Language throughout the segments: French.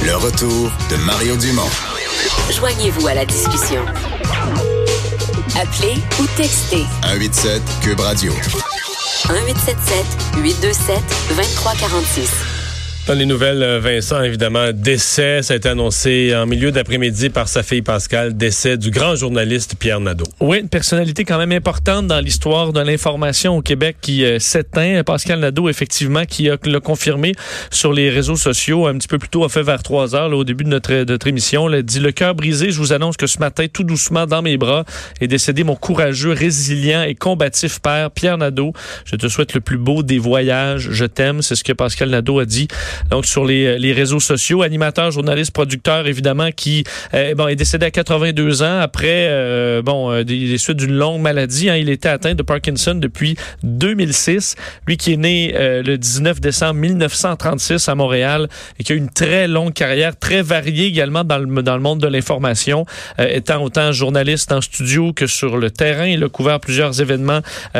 Le retour de Mario Dumont. Joignez-vous à la discussion. Appelez ou textez. 187 Cube Radio. 1877-827-2346. Dans les nouvelles, Vincent, évidemment, décès, ça a été annoncé en milieu d'après-midi par sa fille Pascale, décès du grand journaliste Pierre Nadeau. Oui, une personnalité quand même importante dans l'histoire de l'information au Québec qui s'éteint. Pascal Nadeau, effectivement, qui l'a confirmé sur les réseaux sociaux un petit peu plus tôt, a fait vers 3 heures, là, au début de notre émission. Il a dit « Le cœur brisé, je vous annonce que ce matin, tout doucement dans mes bras, est décédé mon courageux, résilient et combatif père, Pierre Nadeau. Je te souhaite le plus beau des voyages. Je t'aime. » C'est ce que Pascal Nadeau a dit. Donc, sur les réseaux sociaux, animateur, journaliste, producteur, évidemment, qui est décédé à 82 ans après des suites d'une longue maladie. Il était atteint de Parkinson depuis 2006. Lui qui est né le 19 décembre 1936 à Montréal et qui a eu une très longue carrière, très variée également dans le monde de l'information, étant autant journaliste en studio que sur le terrain. Il a couvert plusieurs événements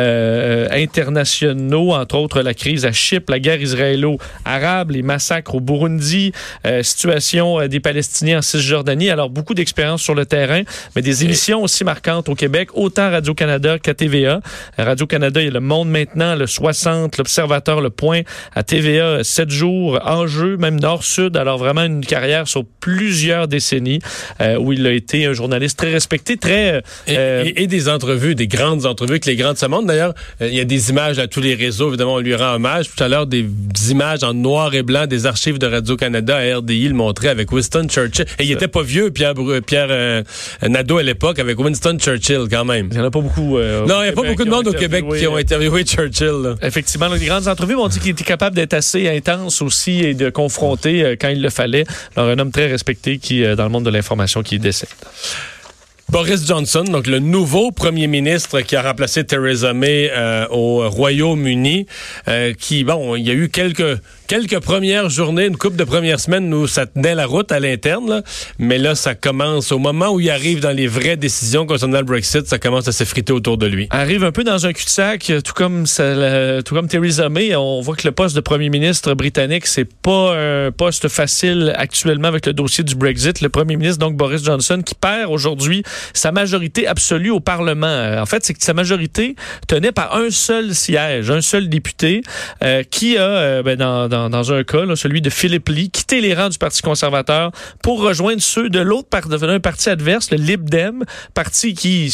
internationaux, entre autres la crise à Chypre, la guerre israélo-arabe, les massacres au Burundi, situation des Palestiniens en Cisjordanie. Alors, beaucoup d'expérience sur le terrain, mais des émissions aussi marquantes au Québec, autant Radio-Canada qu'à TVA. Radio-Canada, il y a Le Monde maintenant, le 60, L'Observateur, Le Point. À TVA, 7 jours, Enjeu, même Nord-Sud. Alors, vraiment une carrière sur plusieurs décennies où il a été un journaliste très respecté, très... Et des entrevues, des grandes entrevues avec les grands de ce monde. D'ailleurs, il y a des images à tous les réseaux. Évidemment, on lui rend hommage. Tout à l'heure, des images en noir et blanc des archives de Radio-Canada à RDI le montrait avec Winston Churchill. Et il était pas vieux, Pierre Nadeau à l'époque, avec Winston Churchill quand même. Il n'y en a pas beaucoup. Non, il n'y a pas beaucoup de monde au Québec qui ont interviewé Churchill. Là. Effectivement, les grandes entrevues m'ont dit qu'il était capable d'être assez intense aussi et de confronter quand il le fallait. Alors, un homme très respecté qui, dans le monde de l'information, qui décède. Boris Johnson, donc le nouveau premier ministre qui a remplacé Theresa May au Royaume-Uni, il y a eu quelques premières journées, une couple de premières semaines où ça tenait la route à l'interne, là. Mais là, ça commence, au moment où il arrive dans les vraies décisions concernant le Brexit, ça commence à s'effriter autour de lui. Arrive un peu dans un cul-de-sac, tout comme Theresa May. On voit que le poste de premier ministre britannique, c'est pas un poste facile actuellement avec le dossier du Brexit. Le premier ministre, donc Boris Johnson, qui perd aujourd'hui sa majorité absolue au Parlement. En fait, c'est que sa majorité tenait par un seul siège, un seul député, qui a, dans un cas, là, celui de Philip Lee, quitté les rangs du Parti conservateur pour rejoindre ceux de l'autre un parti adverse, le Lib Dem, parti qui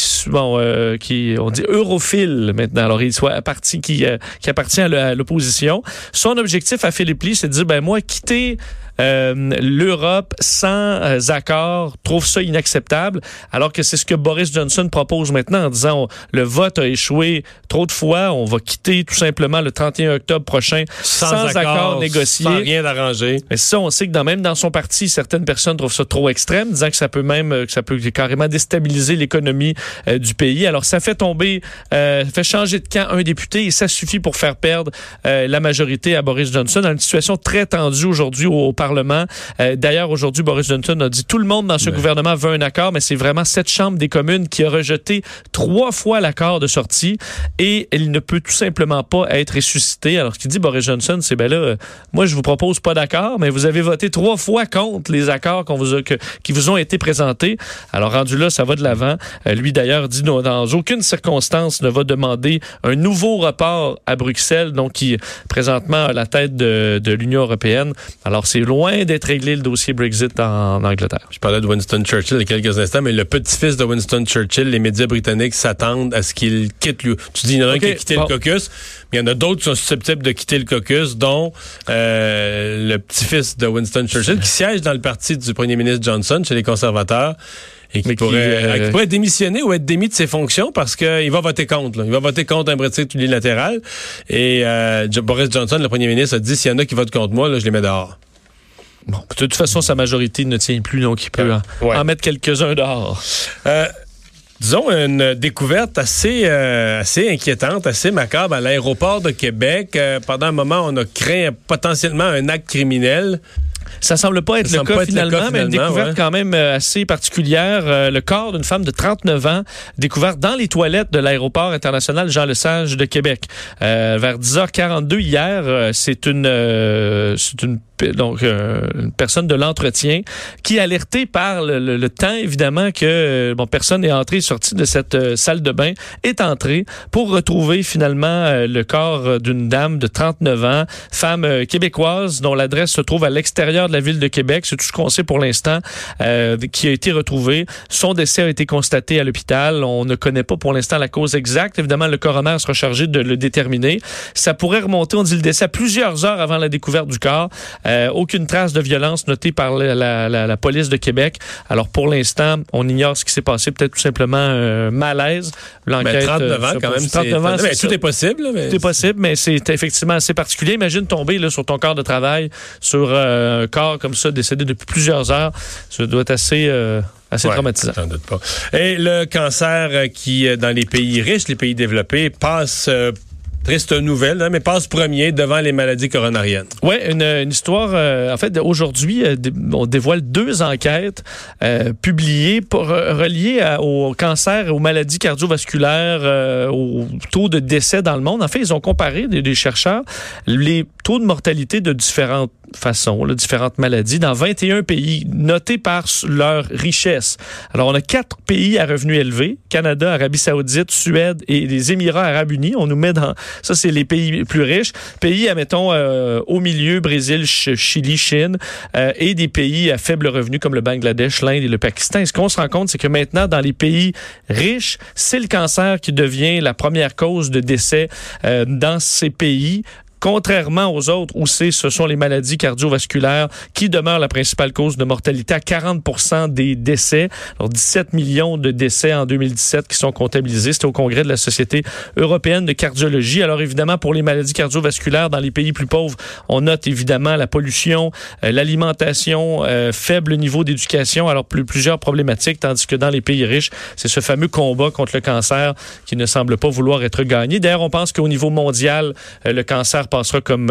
on dit europhile maintenant. Alors, il soit un parti qui appartient à l'opposition. Son objectif à Philip Lee, c'est de dire, moi, quitter l'Europe sans accord, trouve ça inacceptable, alors que c'est ce que Boris Johnson propose maintenant en disant le vote a échoué trop de fois, on va quitter tout simplement le 31 octobre prochain sans accord négocié. Sans rien d'arrangé. Mais ça, on sait que même dans son parti, certaines personnes trouvent ça trop extrême, disant que ça peut carrément déstabiliser l'économie du pays. Alors ça fait fait changer de camp un député et ça suffit pour faire perdre la majorité à Boris Johnson dans une situation très tendue aujourd'hui au Parlement. D'ailleurs, aujourd'hui, Boris Johnson a dit tout le monde dans ce gouvernement veut un accord, mais c'est vraiment cette Chambre des communes qui a rejeté 3 fois l'accord de sortie et il ne peut tout simplement pas être ressuscité. Alors, ce qu'il dit Boris Johnson, c'est moi, je vous propose pas d'accord, mais vous avez voté 3 fois contre les accords qui vous ont été présentés. Alors, rendu là, ça va de l'avant. Lui, d'ailleurs, dit dans aucune circonstance ne va demander un nouveau report à Bruxelles, donc qui présentement a la tête de l'Union européenne. Alors, c'est loin d'être réglé le dossier Brexit en Angleterre. Je parlais de Winston Churchill il y a quelques instants, mais le petit-fils de Winston Churchill, les médias britanniques s'attendent à ce qu'il quitte lui. Tu dis, il y en a un qui a quitté le caucus, mais il y en a d'autres qui sont susceptibles de quitter le caucus, dont le petit-fils de Winston Churchill, qui siège dans le parti du premier ministre Johnson, chez les conservateurs, et qui pourrait démissionner ou être démis de ses fonctions parce qu'il va voter contre. Là. Il va voter contre un Brexit unilatéral. Et Boris Johnson, le premier ministre, a dit, s'il y en a qui votent contre moi, là, je les mets dehors. Bon, de toute façon, sa majorité ne tient plus, donc il peut en mettre quelques-uns dehors. Disons, une découverte assez inquiétante, assez macabre à l'aéroport de Québec. Pendant un moment, on a craint potentiellement un acte criminel. Ça semble pas être le cas finalement, mais une découverte quand même assez particulière. Le corps d'une femme de 39 ans découvert dans les toilettes de l'aéroport international Jean-Lesage de Québec. Vers 10h42 hier, c'est une une personne de l'entretien qui, alertée par le temps, évidemment, que personne n'est entré et sorti de cette salle de bain, est entrée pour retrouver finalement le corps d'une dame de 39 ans, femme québécoise dont l'adresse se trouve à l'extérieur de la ville de Québec. C'est tout ce qu'on sait pour l'instant, qui a été retrouvé. Son décès a été constaté à l'hôpital. On ne connaît pas pour l'instant la cause exacte. Évidemment, le coroner sera chargé de le déterminer. Ça pourrait remonter, on dit le décès, à plusieurs heures avant la découverte du corps. Aucune trace de violence notée par la police de Québec. Alors, pour l'instant, on ignore ce qui s'est passé. Peut-être tout simplement un malaise. L'enquête, 39 ans, quand même. 39 ans, tout est possible. Tout est possible, mais c'est effectivement assez particulier. Imagine tomber là, sur ton corps de travail, sur un corps comme ça, décédé depuis plusieurs heures. Ça doit être assez traumatisant. J'en doute pas. Et le cancer qui, dans les pays riches, les pays développés, passe... triste nouvelle, mais passe premier devant les maladies coronariennes. Oui, une histoire. En fait, aujourd'hui, on dévoile 2 enquêtes publiées reliées au cancer et aux maladies cardiovasculaires, au taux de décès dans le monde. En fait, ils ont comparé, des chercheurs, les taux de mortalité de différentes façons, différentes maladies, dans 21 pays, notés par leur richesse. Alors, on a 4 pays à revenus élevés, Canada, Arabie Saoudite, Suède et les Émirats Arabes Unis. On nous met dans... Ça, c'est les pays plus riches. Pays, admettons, au milieu, Brésil, Chili, Chine, et des pays à faible revenu comme le Bangladesh, l'Inde et le Pakistan. Et ce qu'on se rend compte, c'est que maintenant, dans les pays riches, c'est le cancer qui devient la première cause de décès dans ces pays. Contrairement aux autres où ce sont les maladies cardiovasculaires qui demeurent la principale cause de mortalité à 40% des décès. Alors 17 millions de décès en 2017 qui sont comptabilisés. C'était au congrès de la Société européenne de cardiologie. Alors évidemment, pour les maladies cardiovasculaires dans les pays plus pauvres, on note évidemment la pollution, l'alimentation, faible niveau d'éducation, alors plusieurs problématiques, tandis que dans les pays riches, c'est ce fameux combat contre le cancer qui ne semble pas vouloir être gagné. D'ailleurs, on pense qu'au niveau mondial, le cancer passera comme,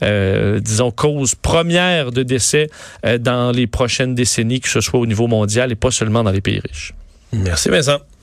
disons, cause première de décès dans les prochaines décennies, que ce soit au niveau mondial et pas seulement dans les pays riches. Merci Vincent.